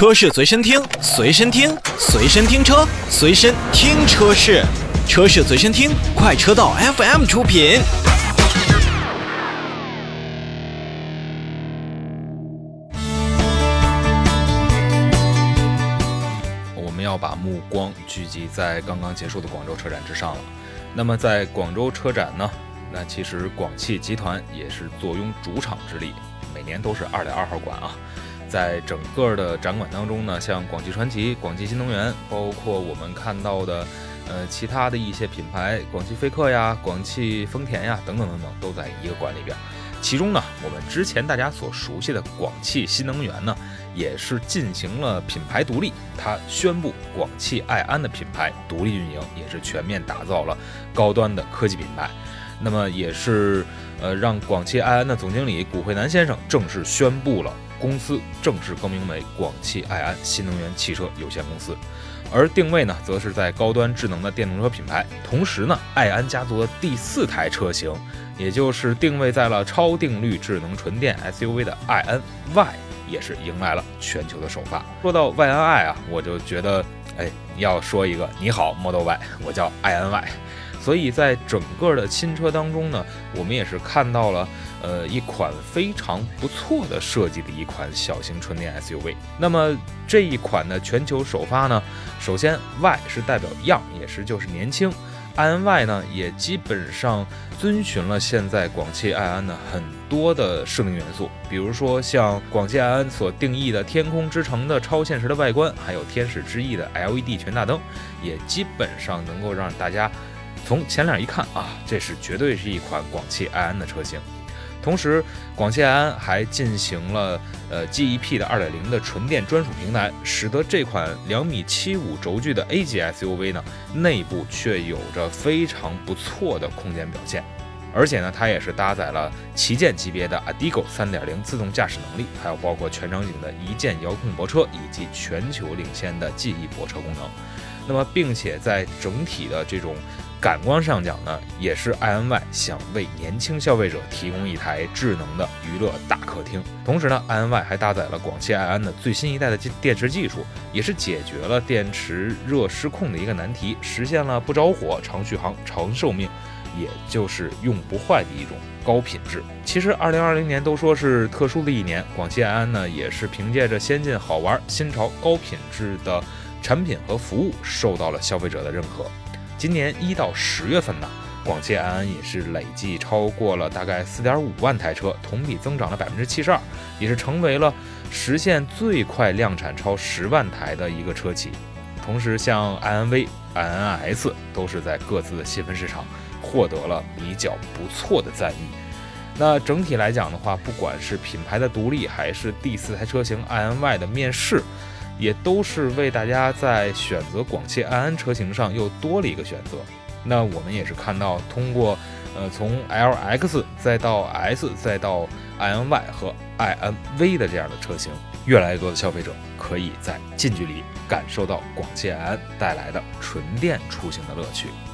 车是随身听，随身听，随身听车，随身听车是，车是随身听，快车道 FM 出品。 我们要把目光聚集在刚刚结束的广州车展之上了。那么在广州车展呢，那其实广汽集团也是坐拥主场之力，每年都是2.2号馆啊。在整个的展馆当中呢，像广汽传祺、广汽新能源，包括我们看到的其他的一些品牌，广汽菲克呀、广汽丰田呀等等等等，都在一个馆里边。其中呢，我们之前大家所熟悉的广汽新能源呢，也是进行了品牌独立，它宣布广汽埃安的品牌独立运营，也是全面打造了高端的科技品牌。那么也是让广汽埃安的总经理古惠南先生正式宣布了公司正式更名为广汽埃安新能源汽车有限公司，而定位呢，则是在高端智能的电动车品牌。同时呢，埃安家族的第4台车型，也就是定位在了超定律智能纯电 SUV 的埃安 Y， 也是迎来了全球的首发。说到 YNI 啊，我就觉得，要说一个你好 Model Y， 我叫埃安 Y。所以在整个的新车当中呢，我们也是看到了一款非常不错的设计的一款小型纯电 SUV。那么这一款的全球首发呢，首先 Y 是代表 Young， 也是就是年轻，埃安 Y 呢也基本上遵循了现在广汽埃安的很多的设定元素，比如说像广汽埃安所定义的天空之城的超现实的外观，还有天使之翼的 LED 全大灯，也基本上能够让大家从前脸一看啊，这是绝对是一款广汽埃安的车型。同时，广汽埃安还进行了GEP 的 2.0 的纯电专属平台，使得这款2.75米轴距的 A 级 SUV 呢，内部却有着非常不错的空间表现。而且呢，它也是搭载了旗舰级别的 Adigo 3.0 自动驾驶能力，还有包括全场景的一键遥控泊车，以及全球领先的记忆泊车功能。那么，并且在整体的这种感官上讲呢，也是埃安 Y 想为年轻消费者提供一台智能的娱乐大客厅。同时呢，埃安 Y 还搭载了广汽埃安的最新一代的电池技术，也是解决了电池热失控的一个难题，实现了不着火、长续航、长寿命，也就是用不坏的一种高品质。其实2020年都说是特殊的一年，广汽埃安呢也是凭借着先进好玩、新潮、高品质的产品和服务受到了消费者的认可。今年1到10月份呢，广汽埃安也是累计超过了大概4.5万台车，同比增长了72%，也是成为了实现最快量产超10万台的一个车企。同时，像埃安 V、埃安 S 都是在各自的细分市场获得了比较不错的赞誉。那整体来讲的话，不管是品牌的独立，还是第4台车型埃安 Y 的面世，也都是为大家在选择广汽埃安车型上又多了一个选择。那我们也是看到，通过从 LX 再到 S 再到埃安 Y 和埃安 V 的这样的车型，越来越多的消费者可以在近距离感受到广汽埃安带来的纯电出行的乐趣。